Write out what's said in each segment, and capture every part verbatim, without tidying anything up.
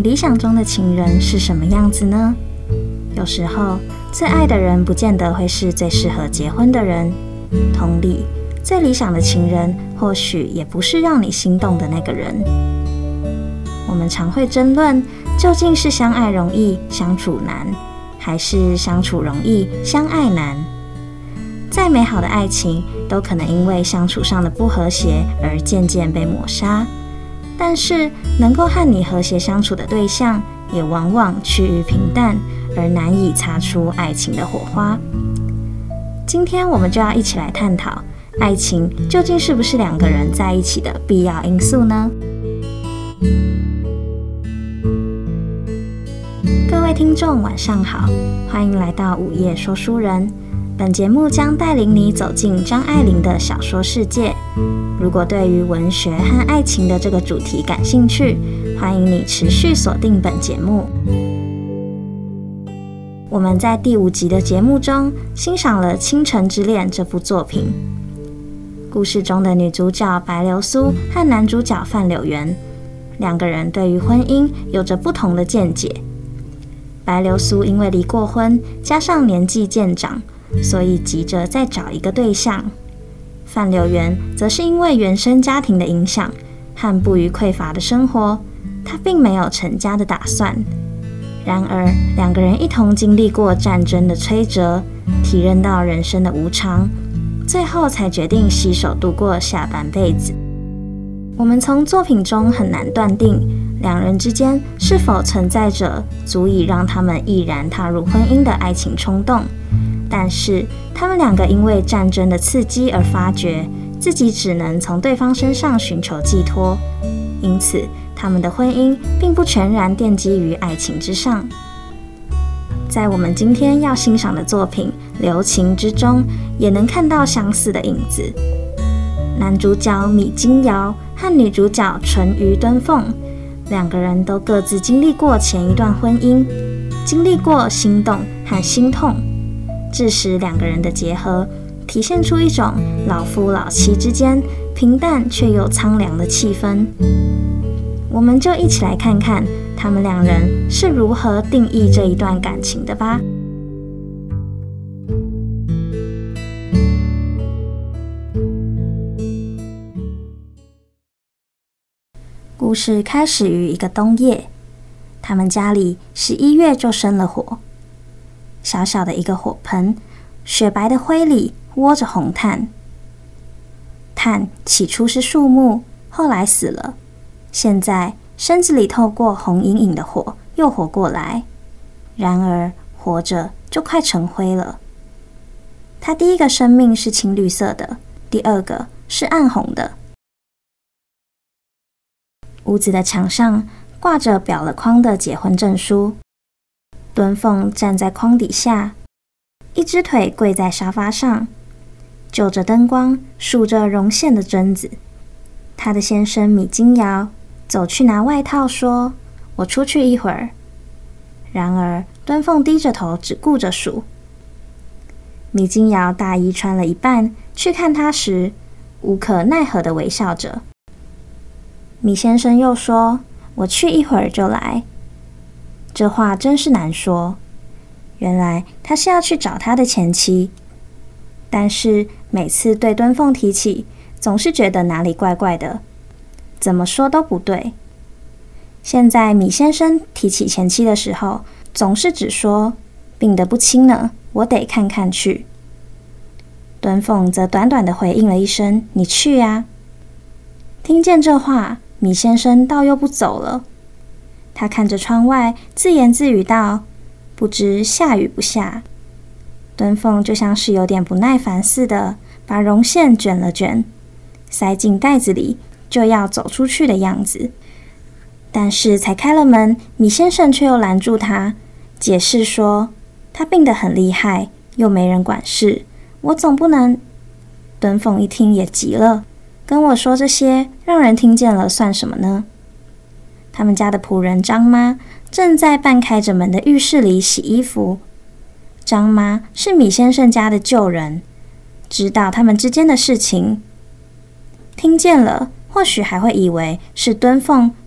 你理想中的情人是什么样子呢？有时候，最爱的人不见得会是最适合结婚的人。同理，最理想的情人或许也不是让你心动的那个人。我们常会争论，究竟是相爱容易相处难，还是相处容易相爱难？再美好的爱情都可能因为相处上的不和谐而渐渐被抹杀，但是能够和你和谐相处的对象也往往趋于平淡，而难以擦出爱情的火花。今天我们就要一起来探讨，爱情究竟是不是两个人在一起的必要因素呢？各位听众晚上好，欢迎来到午夜说书人。本节目将带领你走进张爱玲的小说世界。如果对于文学和爱情的这个主题感兴趣，欢迎你持续锁定本节目。我们在第五集的节目中欣赏了《倾城之恋》这部作品。故事中的女主角白流苏和男主角范柳原，两个人对于婚姻有着不同的见解。白流苏因为离过婚，加上年纪渐长，所以急着再找一个对象。范柳原则是因为原生家庭的影响和不虞匮乏的生活，他并没有成家的打算。然而，两个人一同经历过战争的摧折，体认到人生的无常，最后才决定携手度过下半辈子。我们从作品中很难断定两人之间是否存在着足以让他们毅然踏入婚姻的爱情冲动，但是他们两个因为战争的刺激而发觉自己只能从对方身上寻求寄托，因此他们的婚姻并不全然奠基于爱情之上。在我们今天要欣赏的作品《留情》之中，也能看到相似的影子。男主角米金瑶和女主角淳于敦凤，两个人都各自经历过前一段婚姻，经历过心动和心痛，致使两个人的结合体现出一种老夫老妻之间平淡却又苍凉的气氛。我们就一起来看看他们两人是如何定义这一段感情的吧。故事开始于一个冬夜，他们家里十一月就生了火。小小的一个火盆，雪白的灰里窝着红炭。炭起初是树木，后来死了，现在身子里透过红隐隐的火又活过来，然而活着就快成灰了。它第一个生命是青绿色的，第二个是暗红的。屋子的墙上挂着裱了框的结婚证书。敦凤站在框底下，一只腿跪在沙发上，就着灯光数着绒线的针子。他的先生米金瑶走去拿外套，说：“我出去一会儿。”然而敦凤低着头只顾着数。米金瑶大衣穿了一半，去看他时无可奈何地微笑着。米先生又说：“我去一会儿就来。”这话真是难说。原来他是要去找他的前妻，但是每次对敦凤提起，总是觉得哪里怪怪的，怎么说都不对。现在米先生提起前妻的时候，总是只说：“病得不轻呢，我得看看去。”敦凤则短短的回应了一声：“你去呀。”听见这话，米先生倒又不走了。他看着窗外，自言自语道：“不知下雨不下。”敦凤就像是有点不耐烦似的，把绒线卷了卷，塞进袋子里，就要走出去的样子。但是才开了门，米先生却又拦住他，解释说：“他病得很厉害，又没人管事，我总不能……”敦凤一听也急了，跟我说这些，让人听见了算什么呢？他们家的仆人张妈正在半开着门的浴室里洗衣服。张妈是米先生家的旧人，知道他们之间的事情，听见了或许还会以为是敦凤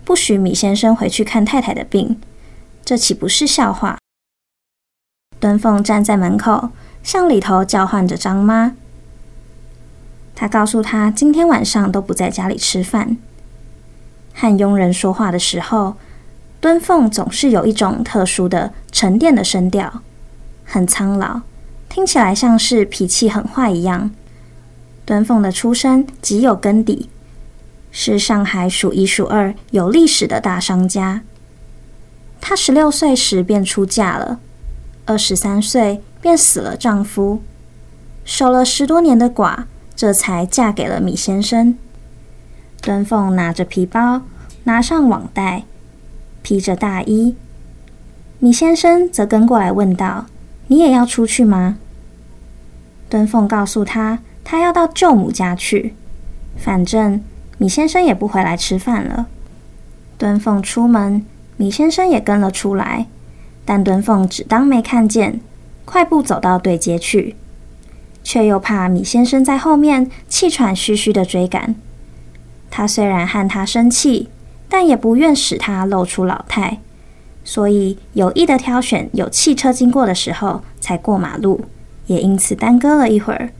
不许米先生回去看太太的病，这岂不是笑话？敦凤站在门口，向里头叫唤着张妈。他告诉她今天晚上都不在家里吃饭。和佣人说话的时候，敦凤总是有一种特殊的沉淀的声调，很苍老，听起来像是脾气很坏一样。敦凤的出身极有根底，是上海数一数二有历史的大商家。她十六岁时便出嫁了，二十三岁便死了丈夫，守了十多年的寡，这才嫁给了米先生。敦凤拿着皮包，拿上网袋，披着大衣。米先生则跟过来问道：“你也要出去吗？”敦凤告诉他，他要到舅母家去，反正米先生也不回来吃饭了。敦凤出门，米先生也跟了出来，但敦凤只当没看见，快步走到对街去，却又怕米先生在后面气喘吁吁地追赶。他虽然和他生气，但也不愿使他露出老态，所以有意地挑选有汽车经过的时候才过马路，也因此耽搁了一会儿。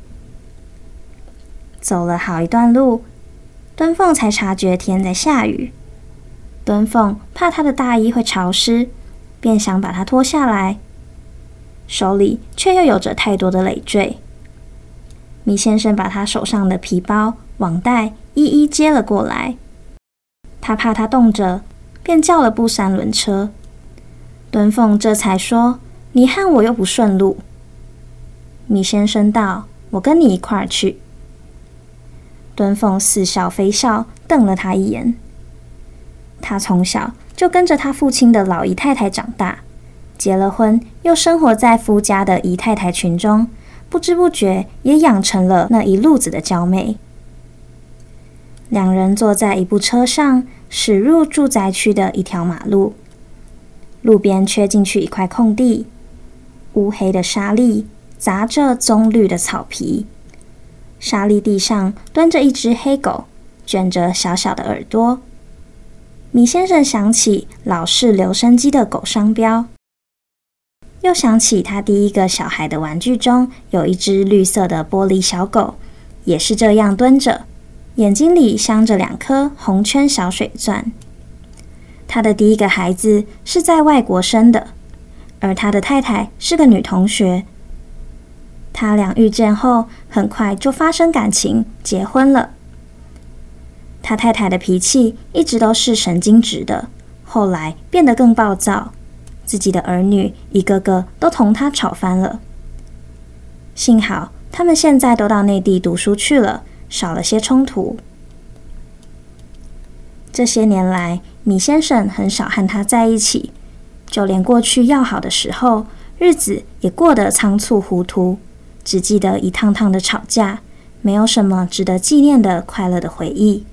走了好一段路，敦凤才察觉天在下雨。敦凤怕他的大衣会潮湿，便想把它脱下来，手里却又有着太多的累赘。米先生把他手上的皮包、网袋一一接了过来，他怕他冻着，便叫了部三轮车。敦凤这才说：“你和我又不顺路。”米先生道：“我跟你一块儿去。”敦凤似笑非笑，瞪了他一眼。他从小就跟着他父亲的老姨太太长大，结了婚，又生活在夫家的姨太太群中，不知不觉也养成了那一路子的娇媚。两人坐在一部车上，驶入住宅区的一条马路。路边缺进去一块空地，乌黑的沙砾杂着棕绿的草皮，沙砾地上蹲着一只黑狗，卷着小小的耳朵。米先生想起老式留声机的狗商标，又想起他第一个小孩的玩具中有一只绿色的玻璃小狗，也是这样蹲着，眼睛里镶着两颗红圈小水钻。他的第一个孩子是在外国生的，而他的太太是个女同学。他俩遇见后，很快就发生感情，结婚了。他太太的脾气一直都是神经质的，后来变得更暴躁，自己的儿女一个个都同他吵翻了。幸好他们现在都到内地读书去了，少了些冲突。这些年来，米先生很少和他在一起，就连过去要好的时候，日子也过得仓促糊涂，只记得一趟趟的吵架，没有什么值得纪念的快乐的回忆。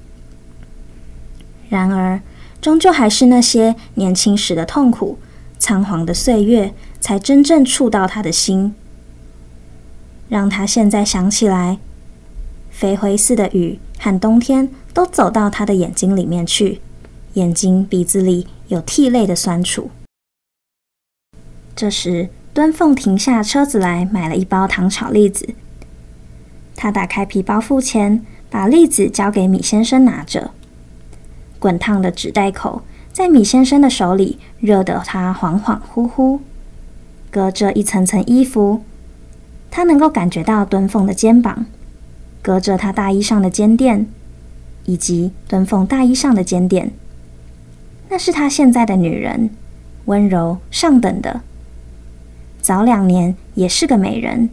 然而，终究还是那些年轻时的痛苦、仓皇的岁月，才真正触到他的心，让他现在想起来，飞灰似的雨和冬天都走到他的眼睛里面去，眼睛鼻子里有涕泪的酸楚。这时，敦凤停下车子来，买了一包糖炒栗子。他打开皮包付钱，把栗子交给米先生拿着。滚烫的纸袋口在米先生的手里热得他恍恍惚惚，隔着一层层衣服，他能够感觉到敦凤的肩膀，隔着他大衣上的肩垫，以及敦凤大衣上的肩垫。那是他现在的女人，温柔上等的，早两年也是个美人。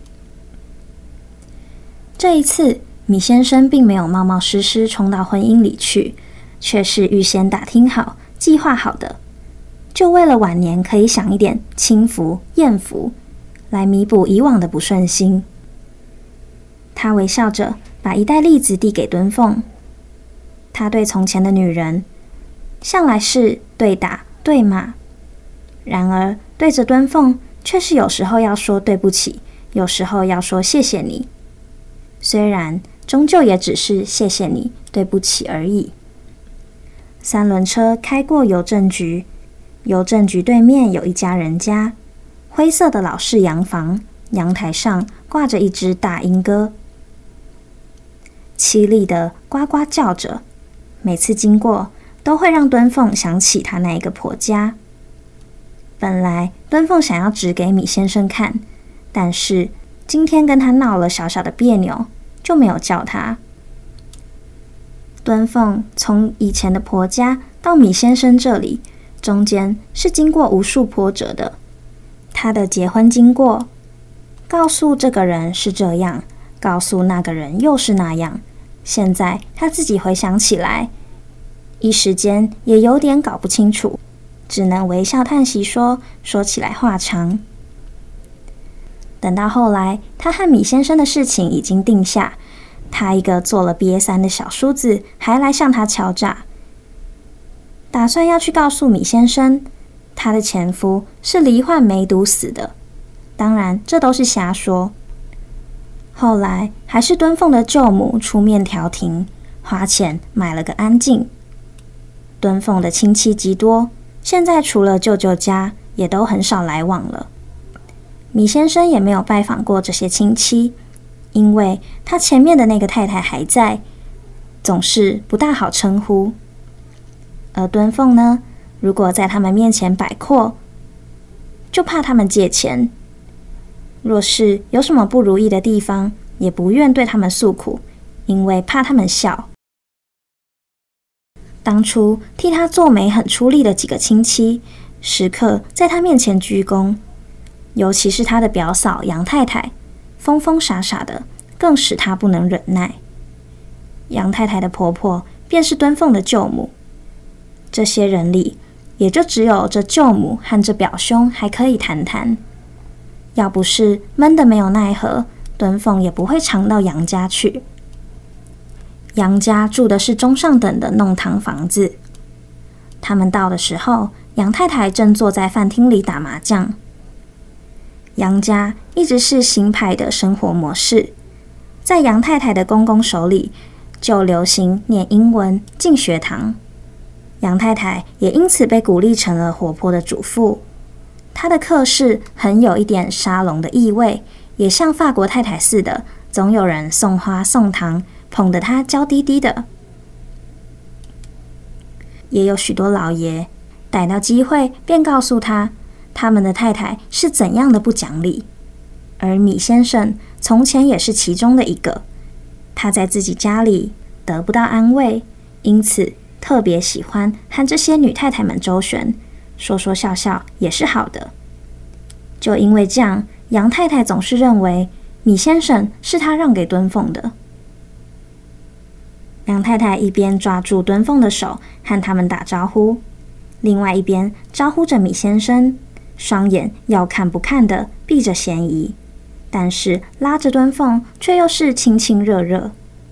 这一次，米先生并没有冒冒失失冲到婚姻里去，却是预先打听好、计划好的，就为了晚年可以享一点清福、艳福，来弥补以往的不顺心。他微笑着把一袋栗子递给敦凤。他对从前的女人，向来是对打对骂，然而对着敦凤，却是有时候要说对不起，有时候要说谢谢你。虽然终究也只是谢谢你、对不起而已。 三轮车开过邮政局，邮政局对面有一家人家，灰色的老式洋房，阳台上挂着一只大莺歌，凄厉的呱呱叫着，每次经过都会让敦凤想起她那一个婆家。本来敦凤想要指给米先生看，但是今天跟他闹了小小的别扭，就没有叫他。敦凤从以前的婆家到米先生这里，中间是经过无数波折的。他的结婚经过，告诉这个人是这样，告诉那个人又是那样。现在他自己回想起来，一时间也有点搞不清楚，只能微笑叹息说，说起来话长。等到后来，他和米先生的事情已经定下，他一个做了毕业三的小叔子还来向他敲诈，打算要去告诉米先生，他的前夫是罹患梅毒死的。当然，这都是瞎说。后来还是敦凤的舅母出面调停，花钱买了个安静。敦凤的亲戚极多，现在除了舅舅家，也都很少来往了。米先生也没有拜访过这些亲戚，因为他前面的那个太太还在，总是不大好称呼。而敦凤呢，如果在他们面前摆阔，就怕他们借钱。若是有什么不如意的地方，也不愿对他们诉苦，因为怕他们笑。当初替他做媒很出力的几个亲戚，时刻在他面前鞠躬，尤其是他的表嫂杨太太，疯疯傻傻的，更使他不能忍耐。杨太太的婆婆便是敦凤的舅母，这些人里，也就只有这舅母和这表兄还可以谈谈。要不是闷得没有奈何，敦凤也不会常到杨家去。杨家住的是中上等的弄堂房子。他们到的时候，杨太太正坐在饭厅里打麻将。杨家一直是新派的生活模式，在杨太太的公公手里，就流行念英文进学堂。杨太太也因此被鼓励成了活泼的主妇。她的客室很有一点沙龙的意味，也像法国太太似的，总有人送花送糖，捧得她娇滴滴的。也有许多老爷逮到机会便告诉她，他们的太太是怎样的不讲理。而米先生从前也是其中的一个，他在自己家里得不到安慰，因此特别喜欢和这些女太太们周旋，说说笑笑也是好的。就因为这样，杨太太总是认为米先生是她让给敦凤的。杨太太一边抓住敦凤的手和他们打招呼，另外一边招呼着米先生，双眼要看不看的避着嫌疑，但是拉着敦凤却又是亲亲热热。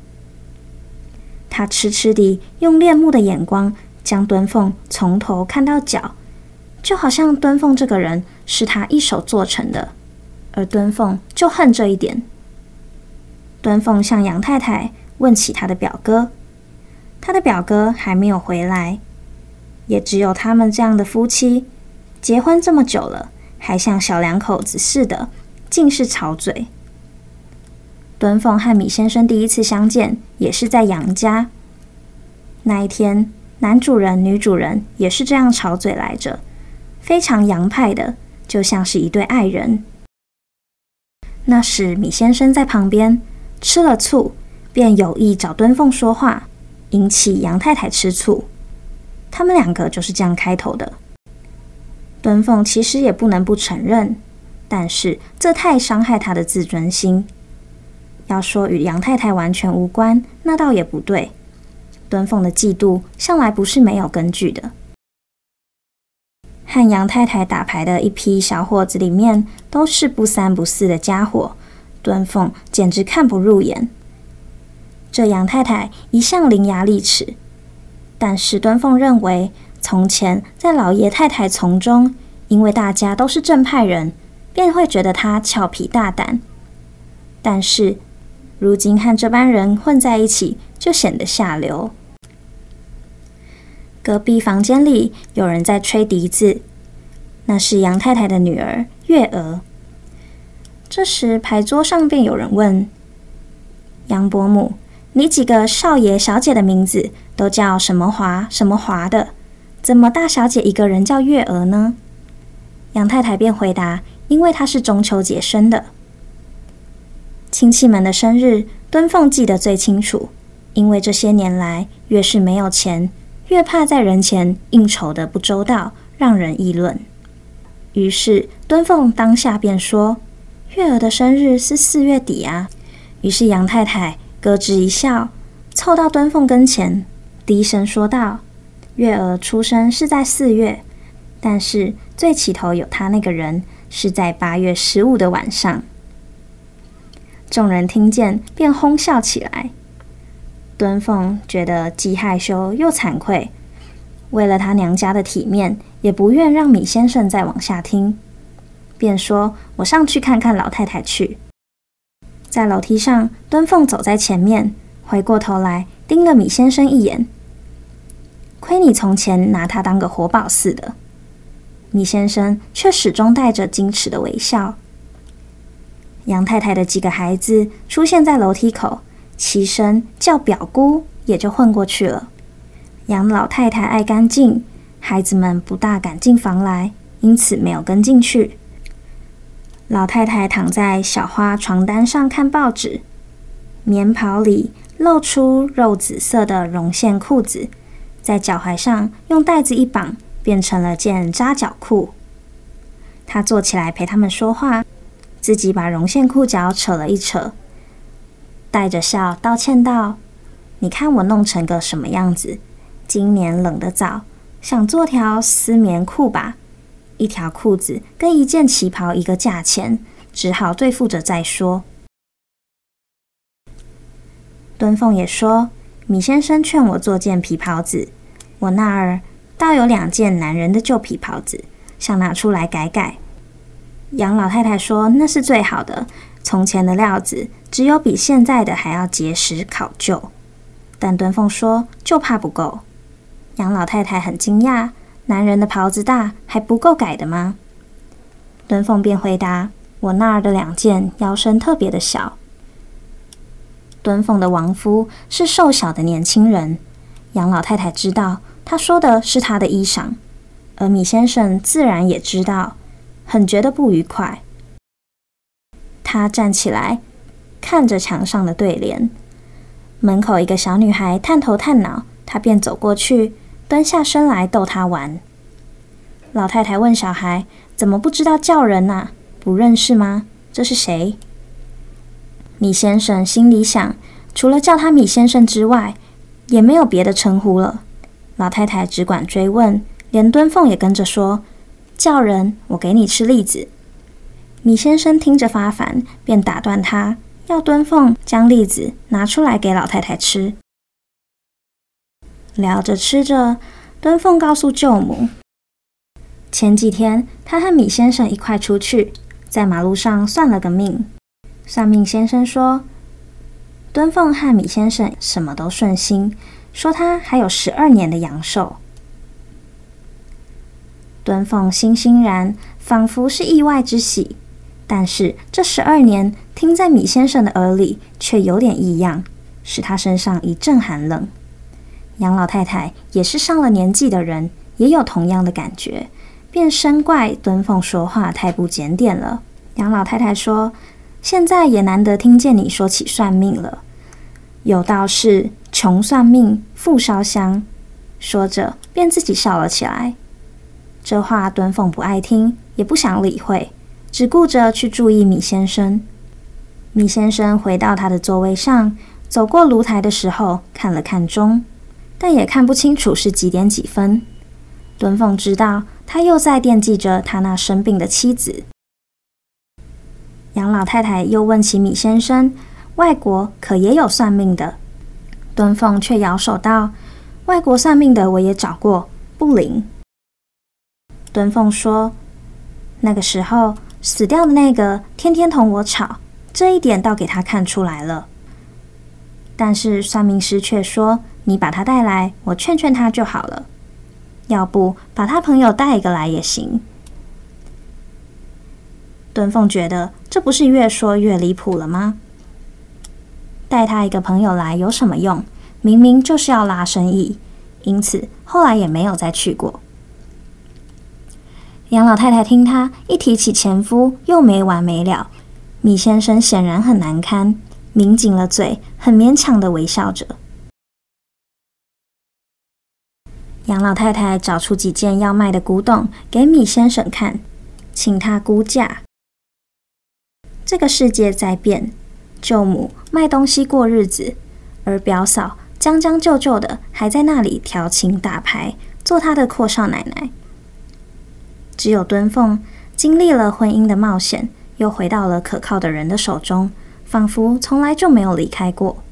她痴痴地用恋慕的眼光将敦凤从头看到脚，就好像敦凤这个人是他一手做成的，而敦凤就恨这一点。敦凤向杨太太问起他的表哥，他的表哥还没有回来，也只有他们这样的夫妻，结婚这么久了，还像小两口子似的，尽是吵嘴。敦凤和米先生第一次相见，也是在杨家。那一天，男主人、女主人也是这样吵嘴来着，非常洋派的，就像是一对爱人。那时米先生在旁边吃了醋，便有意找敦凤说话，引起杨太太吃醋。他们两个就是这样开头的。敦凤其实也不能不承认，但是这太伤害他的自尊心。要说与杨太太完全无关，那倒也不对。敦凤的嫉妒向来不是没有根据的。和杨太太打牌的一批小伙子里面，都是不三不四的家伙，敦凤简直看不入眼。这杨太太一向伶牙俐齿，但是敦凤认为，从前在老爷太太从中，因为大家都是正派人，便会觉得她俏皮大胆。但是如今和这班人混在一起，就显得下流。 隔壁房间里有人在吹笛子，那是杨太太的女儿月娥。这时牌桌上便有人问杨伯母：“你几个少爷小姐的名字都叫什么华什么华的，怎么大小姐一个人叫月娥呢？”杨太太便回答：“因为她是中秋节生的。”亲戚们的生日，敦凤记得最清楚，因为这些年来越是没有钱，越怕在人前应酬的不周到，让人议论。于是敦凤当下便说：“月娥的生日是四月底啊。”于是杨太太咯吱一笑，凑到敦凤跟前，低声说道：“月娥出生是在四月，但是最起头有她那个人是在八月十五的晚上。”众人听见便哄笑起来。敦凤觉得既害羞又惭愧，为了他娘家的体面，也不愿让米先生再往下听，便说：“我上去看看老太太去。”在楼梯上，敦凤走在前面，回过头来盯了米先生一眼。亏你从前拿他当个活宝似的。米先生却始终带着矜持的微笑。杨太太的几个孩子出现在楼梯口，齐声叫表姑，也就混过去了。杨老太太爱干净，孩子们不大敢进房来，因此没有跟进去。老太太躺在小花床单上看报纸，棉袍里露出肉紫色的绒线裤子，在脚踝上用带子一绑，变成了件扎脚裤。她坐起来陪他们说话，自己把绒线裤脚扯了一扯，带着笑道歉道：“你看我弄成个什么样子？今年冷得早，想做条丝棉裤吧。一条裤子跟一件旗袍一个价钱，只好对付着再说。”敦凤也说：“米先生劝我做件皮袍子，我那儿倒有两件男人的旧皮袍子，想拿出来改改。”杨老太太说：“那是最好的，从前的料子只有比现在的还要结实考究。”但敦凤说：“就怕不够。”杨老太太很惊讶：“男人的袍子大，还不够改的吗？”敦凤便回答：“我那儿的两件腰身特别的小。”敦凤的亡夫是瘦小的年轻人，杨老太太知道他说的是他的衣裳，而米先生自然也知道，很觉得不愉快。他站起来，看着墙上的对联，门口一个小女孩探头探脑，他便走过去，蹲下身来逗她玩。老太太问小孩：“怎么不知道叫人啊？不认识吗？这是谁？”米先生心里想，除了叫他米先生之外，也没有别的称呼了。老太太只管追问，连敦凤也跟着说：“叫人，我给你吃栗子。”米先生听着发烦，便打断他，要敦凤将栗子拿出来给老太太吃。聊着吃着，敦凤告诉舅母，前几天他和米先生一块出去，在马路上算了个命。算命先生说，敦凤和米先生什么都顺心，说他还有十二年的阳寿。敦凤欣欣然，仿佛是意外之喜，但是这十二年听在米先生的耳里却有点异样，使他身上一阵寒冷。杨老太太也是上了年纪的人，也有同样的感觉，便深怪敦凤说话太不检点了。杨老太太说，现在也难得听见你说起算命了，有道是穷算命，富烧香。说着便自己笑了起来。这话敦凤不爱听，也不想理会，只顾着去注意米先生。米先生回到他的座位上，走过炉台的时候看了看钟，但也看不清楚是几点几分。敦凤知道他又在惦记着他那生病的妻子。杨老太太又问起米先生，外国可也有算命的？敦凤却摇手道，外国算命的我也找过，不灵。敦凤说，那个时候死掉的那个天天同我吵，这一点倒给他看出来了。但是算命师却说，你把他带来，我劝劝他就好了。 要不把他朋友带一个来也行。敦凤觉得这不是越说越离谱了吗？带他一个朋友来有什么用？明明就是要拉生意，因此后来也没有再去过。杨老太太听他一提起前夫，又没完没了。米先生显然很难堪，抿紧了嘴，很勉强地微笑着。杨老太太找出几件要卖的古董给米先生看，请他估价。这个世界在变，舅母卖东西过日子，而表嫂将将就就的还在那里调情打牌，做她的阔少奶奶。只有敦凤经历了婚姻的冒险，又回到了可靠的人的手中，仿佛从来就没有离开过。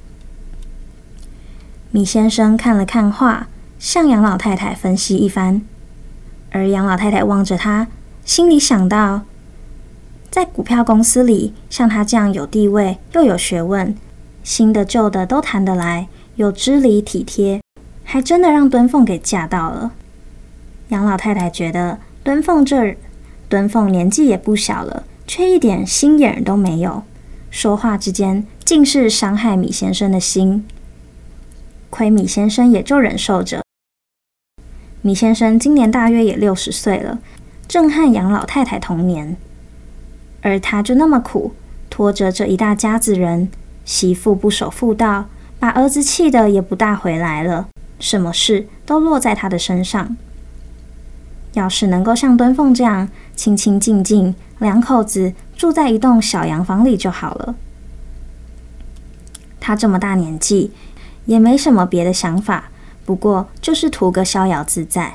米先生看了看画，向杨老太太分析一番，而杨老太太望着他，心里想到，在股票公司里，像他这样有地位又有学问，新的旧的都谈得来，有知理体贴，还真的让敦凤给嫁到了。杨老太太觉得敦凤这敦凤年纪也不小了，却一点心眼都没有，说话之间尽是伤害米先生的心。亏米先生也就忍受着。米先生今年大约也六十岁了，正和杨老太太同年，而他就那么苦，拖着这一大家子人，媳妇不守妇道，把儿子气得也不大回来了，什么事都落在他的身上。要是能够像敦凤这样清清静静，两口子住在一栋小洋房里就好了。他这么大年纪，也没什么别的想法，不过就是图个逍遥自在。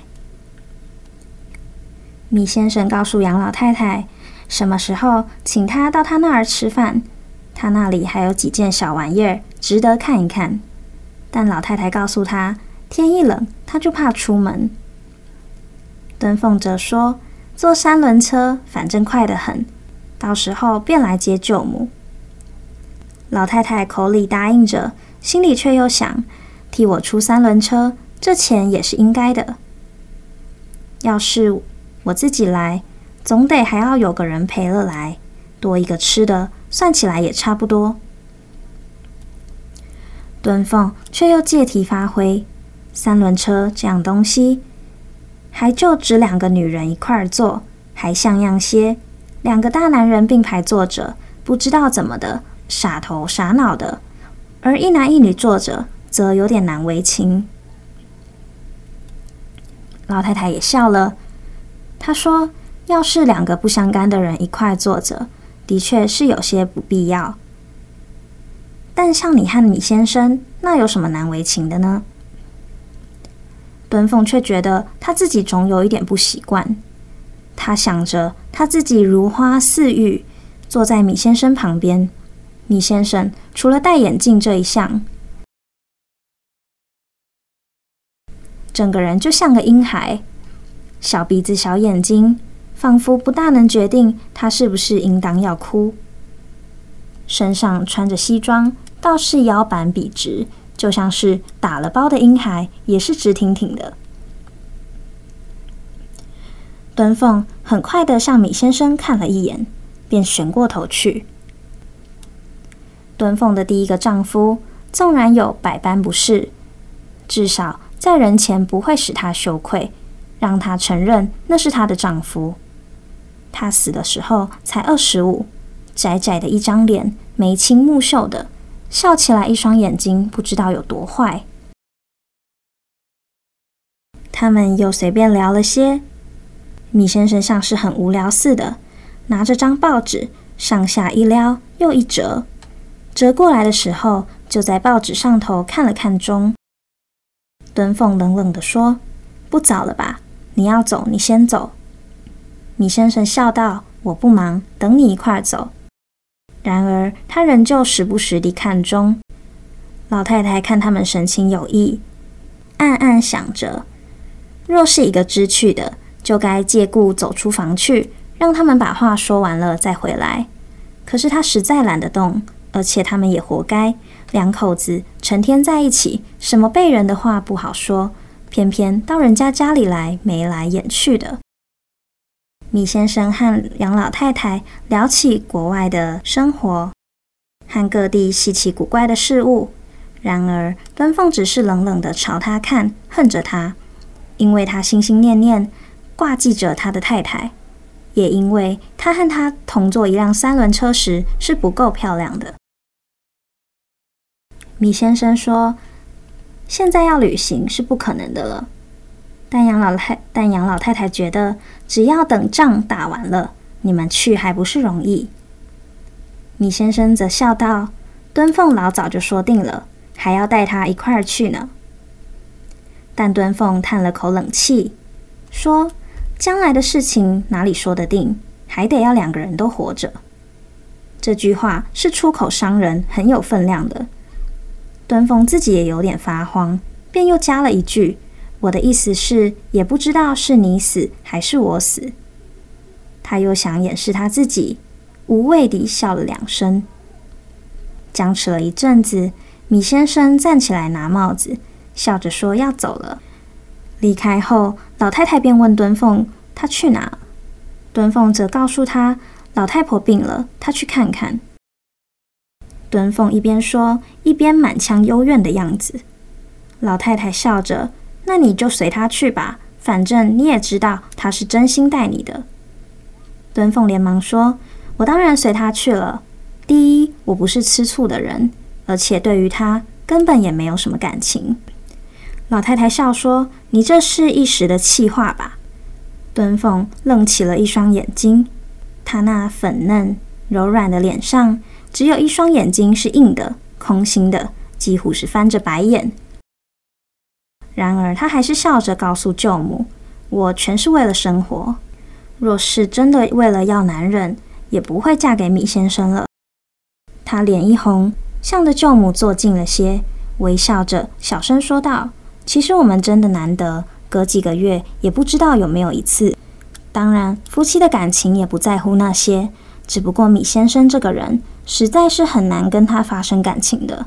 米先生告诉杨老太太，什么时候请他到他那儿吃饭，他那里还有几件小玩意儿值得看一看。但老太太告诉他，天一冷他就怕出门。敦凤则说，坐三轮车反正快得很，到时候便来接舅母。老太太口里答应着，心里却又想，替我出三轮车，这钱也是应该的。要是我自己来，总得还要有个人陪了来，多一个吃的，算起来也差不多。敦凤却又借题发挥，三轮车这样东西，还就只两个女人一块儿坐，还像样些。两个大男人并排坐着，不知道怎么的，傻头傻脑的；而一男一女坐着，则有点难为情。老太太也笑了，她说：“要是两个不相干的人一块坐着，的确是有些不必要。但像你和米先生，那有什么难为情的呢？”敦凤却觉得他自己总有一点不习惯。他想着他自己如花似玉，坐在米先生旁边。米先生除了戴眼镜这一项，整个人就像个婴孩，小鼻子小眼睛，仿佛不大能决定他是不是应当要哭。身上穿着西装，倒是腰板笔直，就像是打了包的婴孩，也是直挺挺的。敦凤很快地向米先生看了一眼，便旋过头去。敦凤的第一个丈夫，纵然有百般不是，至少在人前不会使她羞愧，让她承认那是她的丈夫。她死的时候才二十五，窄窄的一张脸，眉清目秀的，笑起来一双眼睛不知道有多坏。他们又随便聊了些，米先生像是很无聊似的，拿着张报纸，上下一撩又一折，折过来的时候，就在报纸上头看了看钟。敦凤冷冷地说：“不早了吧？你要走，你先走。”米先生笑道：“我不忙，等你一块儿走。”然而他仍旧时不时地看钟。老太太看他们神情有异，暗暗想着，若是一个知趣的，就该借故走出房去，让他们把话说完了再回来。可是他实在懒得动，而且他们也活该，两口子成天在一起，什么背人的话不好说， 偏偏到人家家里来眉来眼去的。米先生和杨老太太聊起国外的生活，和各地稀奇古怪的事物。然而敦凤只是冷冷地朝他看，恨着他，因为他心心念念挂记着他的太太，也因为他和他同坐一辆三轮车时是不够漂亮的。米先生说，现在要旅行是不可能的了，但杨老太但杨老太太觉得，只要等仗打完了，你们去还不是容易。米先生则笑道，敦凤老早就说定了，还要带他一块儿去呢。但敦凤叹了口冷气，说，将来的事情哪里说得定，还得要两个人都活着。这句话是出口伤人，很有分量的。敦凤自己也有点发慌，便又加了一句，我的意思是，也不知道是你死还是我死。他又想掩饰他自己，无谓地笑了两声。僵持了一阵子，米先生站起来拿帽子，笑着说要走了。离开后，老太太便问敦凤她去哪，敦凤则告诉她老太婆病了，她去看看。敦凤一边说，一边满腔幽怨的样子。老太太笑着，那你就随她去吧，反正你也知道她是真心待你的。敦凤连忙说，我当然随她去了。第一，我不是吃醋的人，而且对于她根本也没有什么感情。老太太笑说，你这是一时的气话吧。敦凤愣起了一双眼睛，她那粉嫩柔软的脸上只有一双眼睛是硬的空心的，几乎是翻着白眼。然而她还是笑着告诉舅母，我全是为了生活，若是真的为了要男人，也不会嫁给米先生了。她脸一红，向着舅母坐近了些，微笑着小声说道，其实我们真的难得，隔几个月也不知道有没有一次。当然夫妻的感情也不在乎那些，只不过米先生这个人实在是很难跟他发生感情的。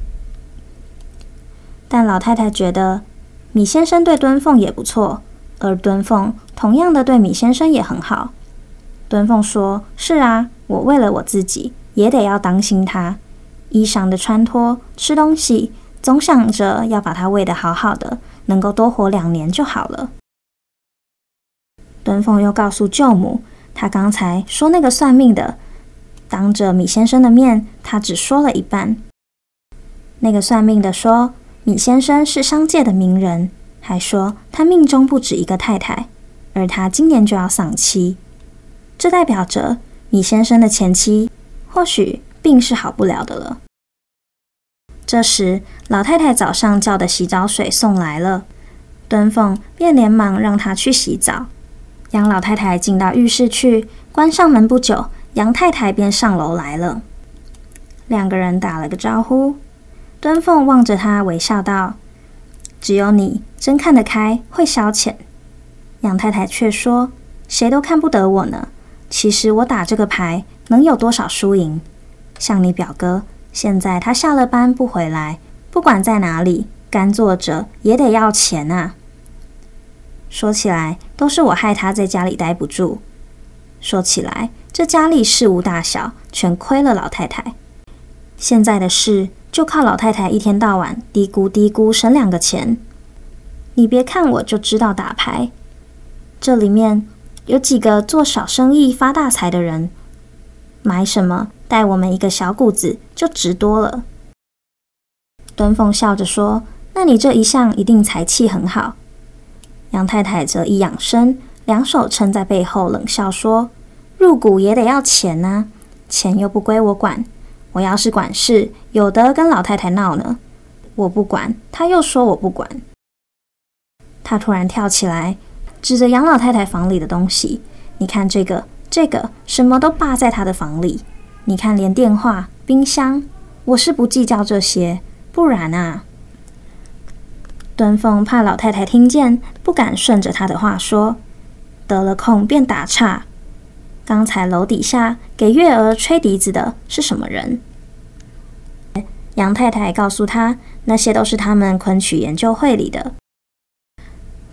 但老太太觉得米先生对敦凤也不错，而敦凤同样的对米先生也很好。敦凤说，是啊，我为了我自己也得要当心他，衣裳的穿脱，吃东西，总想着要把他喂得好好的，能够多活两年就好了。敦凤又告诉舅母，他刚才说那个算命的，当着米先生的面，他只说了一半。那个算命的说，米先生是商界的名人，还说他命中不止一个太太，而他今年就要丧妻。这代表着米先生的前妻或许病是好不了的了。这时老太太早上叫的洗澡水送来了，敦凤便连忙让她去洗澡。杨老太太进到浴室去，关上门不久，杨太太便上楼来了。两个人打了个招呼，敦凤望着她微笑道，只有你真看得开，会消遣。杨太太却说，谁都看不得我呢，其实我打这个牌能有多少输赢？像你表哥，现在他下了班不回来，不管在哪里，干坐着也得要钱啊。说起来，都是我害他在家里待不住。说起来，这家里事无大小，全亏了老太太。现在的事，就靠老太太一天到晚嘀咕嘀咕省两个钱。你别看我就知道打牌，这里面有几个做小生意发大财的人，买什么带我们一个小谷子就值多了。敦凤笑着说，那你这一向一定财气很好。杨太太则一仰身，两手撑在背后，冷笑说，入股也得要钱啊，钱又不归我管，我要是管事，有的跟老太太闹呢，我不管，她又说我不管。她突然跳起来，指着杨老太太房里的东西，你看这个这个，什么都霸在她的房里，你看连电话冰箱，我是不计较这些，不然啊。敦凤怕老太太听见，不敢顺着她的话说，得了空便打岔，刚才楼底下给月儿吹笛子的是什么人？杨太太告诉她，那些都是他们昆曲研究会里的。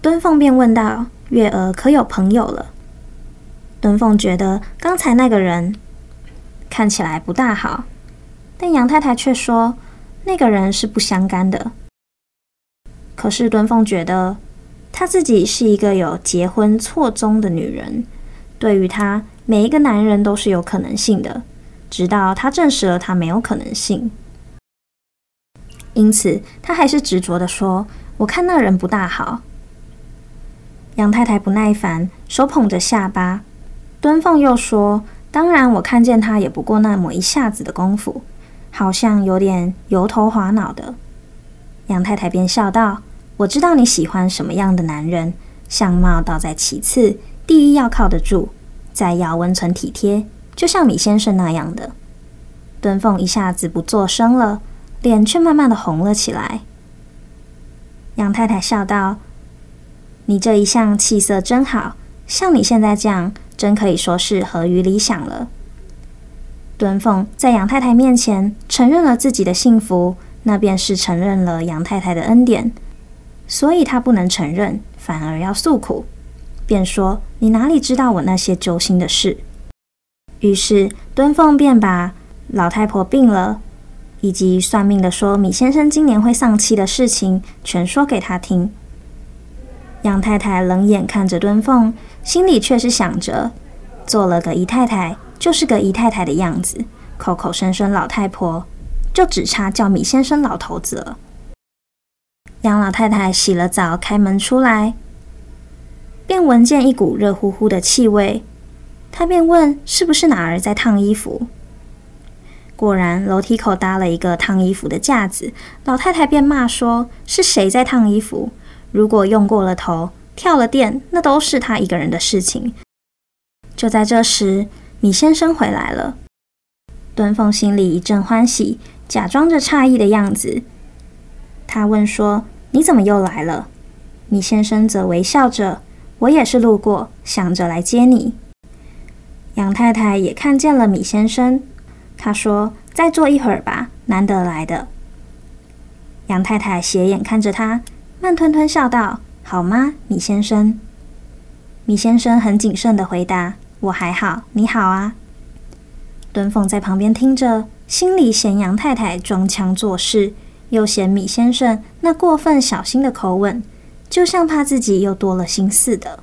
敦凤便问道：月娥可有朋友了？敦凤觉得刚才那个人看起来不大好，但杨太太却说那个人是不相干的。可是敦凤觉得她自己是一个有结婚错综的女人，对于她每一个男人都是有可能性的，直到她证实了她没有可能性。因此她还是执着地说：我看那人不大好。杨太太不耐烦，手捧着下巴。敦凤又说：当然我看见他也不过那么一下子的功夫，好像有点油头滑脑的。杨太太便笑道：我知道你喜欢什么样的男人，相貌倒在其次，第一要靠得住，再要温存体贴，就像米先生那样的。敦凤一下子不作声了，脸却慢慢的红了起来。杨太太笑道：你这一向气色真好，像你现在这样真可以说是合于理想了。敦凤在杨太太面前承认了自己的幸福，那便是承认了杨太太的恩典，所以她不能承认，反而要诉苦，便说：你哪里知道我那些揪心的事？于是敦凤便把老太婆病了，以及算命的说米先生今年会丧妻的事情全说给他听。杨太太冷眼看着敦凤，心里却是想着，做了个姨太太就是个姨太太的样子，口口声声老太婆，就只差叫米先生老头子了。杨老太太洗了澡，开门出来，便闻见一股热乎乎的气味，她便问是不是哪儿在烫衣服。果然楼梯口搭了一个烫衣服的架子，老太太便骂说：是谁在烫衣服？如果用过了头，跳了电，那都是他一个人的事情。就在这时，米先生回来了。敦凤心里一阵欢喜，假装着诧异的样子。他问说：你怎么又来了？米先生则微笑着：我也是路过，想着来接你。杨太太也看见了米先生，她说：再坐一会儿吧，难得来的。杨太太斜眼看着他，慢吞吞笑道：好吗，米先生？米先生很谨慎地回答：我还好，你好啊。敦凤在旁边听着，心里嫌杨太太装腔作势，又嫌米先生那过分小心的口吻，就像怕自己又多了心似的。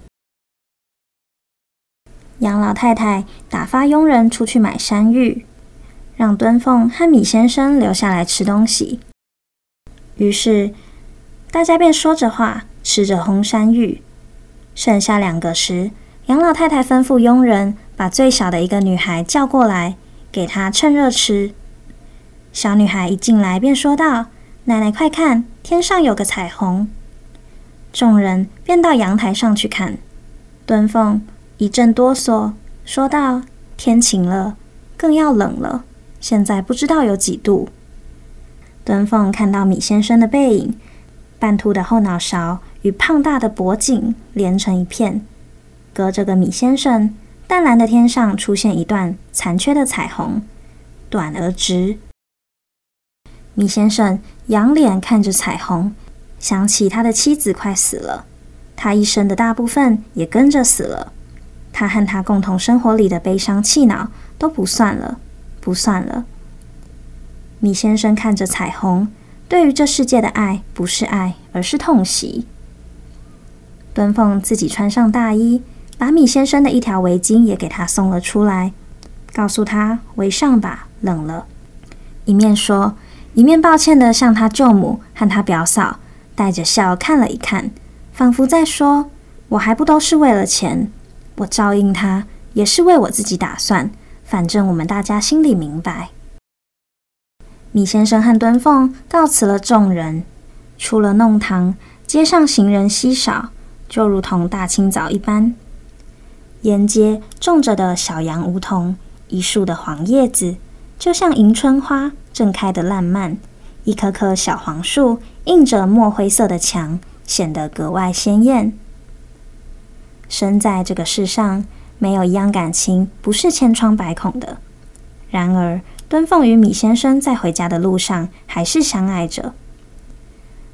杨老太太打发佣人出去买山芋，让敦凤和米先生留下来吃东西。于是大家便说着话，吃着烘山芋。剩下两个时，杨老太太吩咐佣人把最小的一个女孩叫过来，给她趁热吃。小女孩一进来便说道：奶奶快看，天上有个彩虹。众人便到阳台上去看。敦凤一阵哆嗦，说道：天晴了，更要冷了，现在不知道有几度。敦凤看到米先生的背影，半秃的后脑勺与胖大的脖颈连成一片，隔着个米先生，淡蓝的天上出现一段残缺的彩虹，短而直。米先生仰脸看着彩虹，想起他的妻子快死了，他一生的大部分也跟着死了，他和他共同生活里的悲伤气恼都不算了，不算了。米先生看着彩虹，对于这世界的爱不是爱，而是痛惜。敦凤自己穿上大衣，把米先生的一条围巾也给他送了出来，告诉他围上吧，冷了。一面说，一面抱歉地向他舅母和他表嫂带着笑看了一看，仿佛在说：我还不都是为了钱，我照应他也是为我自己打算，反正我们大家心里明白。米先生和敦凤告辞了众人，出了弄堂，街上行人稀少，就如同大清早一般。沿街种着的小杨梧桐，一树的黄叶子，就像迎春花正开得烂漫，一棵棵小黄树映着墨灰色的墙，显得格外鲜艳。生在这个世上，没有一样感情不是千疮百孔的。然而敦凤与米先生在回家的路上还是相爱着。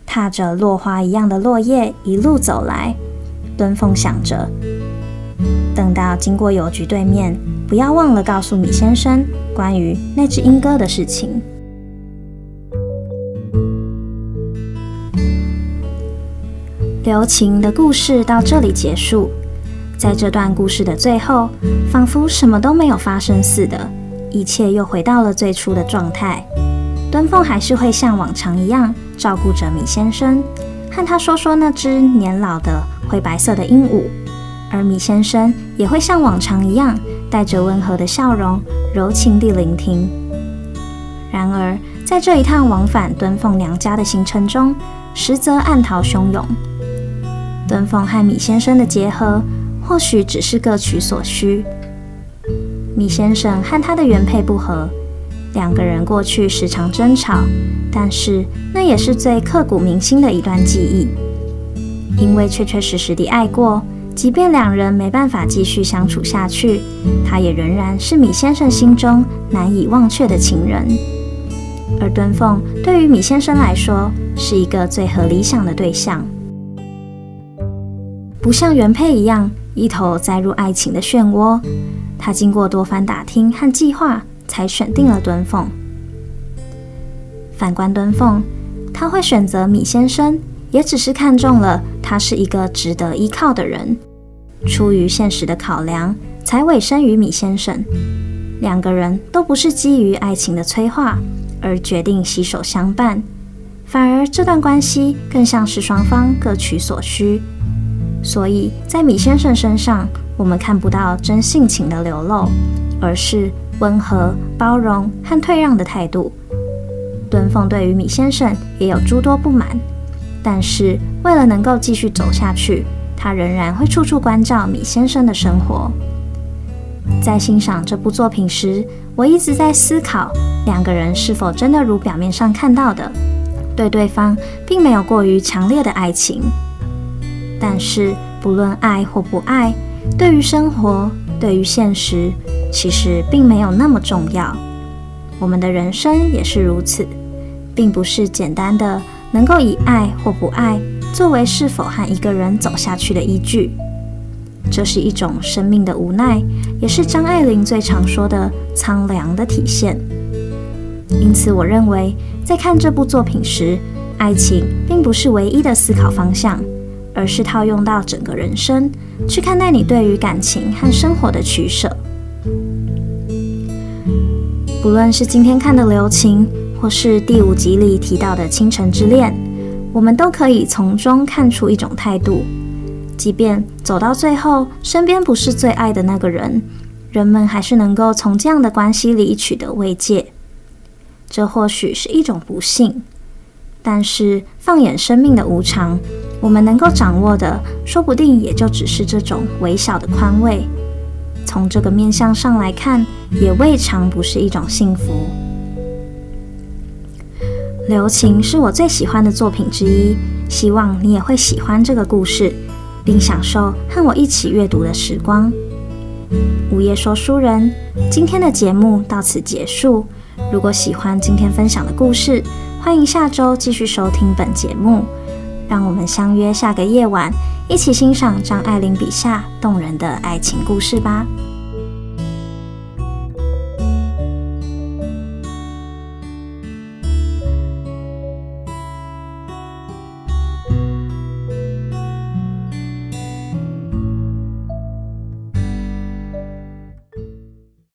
踏着落花一样的落叶一路走来，敦凤想着，等到经过邮局对面，不要忘了告诉米先生关于那只莺歌的事情。刘擎的故事到这里结束，在这段故事的最后，仿佛什么都没有发生似的，一切又回到了最初的状态。敦凤还是会像往常一样照顾着米先生，和他说说那只年老的灰白色的鹦鹉，而米先生也会像往常一样带着温和的笑容，柔情地聆听。然而，在这一趟往返敦凤娘家的行程中，实则暗涛汹涌。敦凤和米先生的结合，或许只是各取所需。米先生和他的原配不和，两个人过去时常争吵，但是那也是最刻骨铭心的一段记忆。因为确确实实地爱过，即便两人没办法继续相处下去，他也仍然是米先生心中难以忘却的情人。而敦凤对于米先生来说，是一个最合理想的对象。不像原配一样一头栽入爱情的漩涡，他经过多番打听和计划，才选定了敦凤。反观敦凤，他会选择米先生，也只是看中了他是一个值得依靠的人，出于现实的考量，才委身于米先生。两个人都不是基于爱情的催化而决定携手相伴，反而这段关系更像是双方各取所需。所以在米先生身上，我们看不到真性情的流露，而是温和、包容和退让的态度。敦凤对于米先生也有诸多不满，但是为了能够继续走下去，他仍然会处处关照米先生的生活。在欣赏这部作品时，我一直在思考，两个人是否真的如表面上看到的，对对方并没有过于强烈的爱情。但是不论爱或不爱，对于生活，对于现实，其实并没有那么重要。我们的人生也是如此，并不是简单的能够以爱或不爱作为是否和一个人走下去的依据。这是一种生命的无奈，也是张爱玲最常说的苍凉的体现。因此我认为，在看这部作品时，爱情并不是唯一的思考方向，而是套用到整个人生，去看待你对于感情和生活的取舍。不论是今天看的《留情》，或是第五集里提到的《倾城之恋》，我们都可以从中看出一种态度。即便走到最后，身边不是最爱的那个人，人们还是能够从这样的关系里取得慰藉。这或许是一种不幸，但是放眼生命的无常，我们能够掌握的，说不定也就只是这种微小的宽慰。从这个面向上来看，也未尝不是一种幸福。《留情》是我最喜欢的作品之一，希望你也会喜欢这个故事，并享受和我一起阅读的时光。午夜说书人，今天的节目到此结束。如果喜欢今天分享的故事，欢迎下周继续收听本节目。让我们相约下个夜晚，一起欣赏张爱玲笔下动人的爱情故事吧。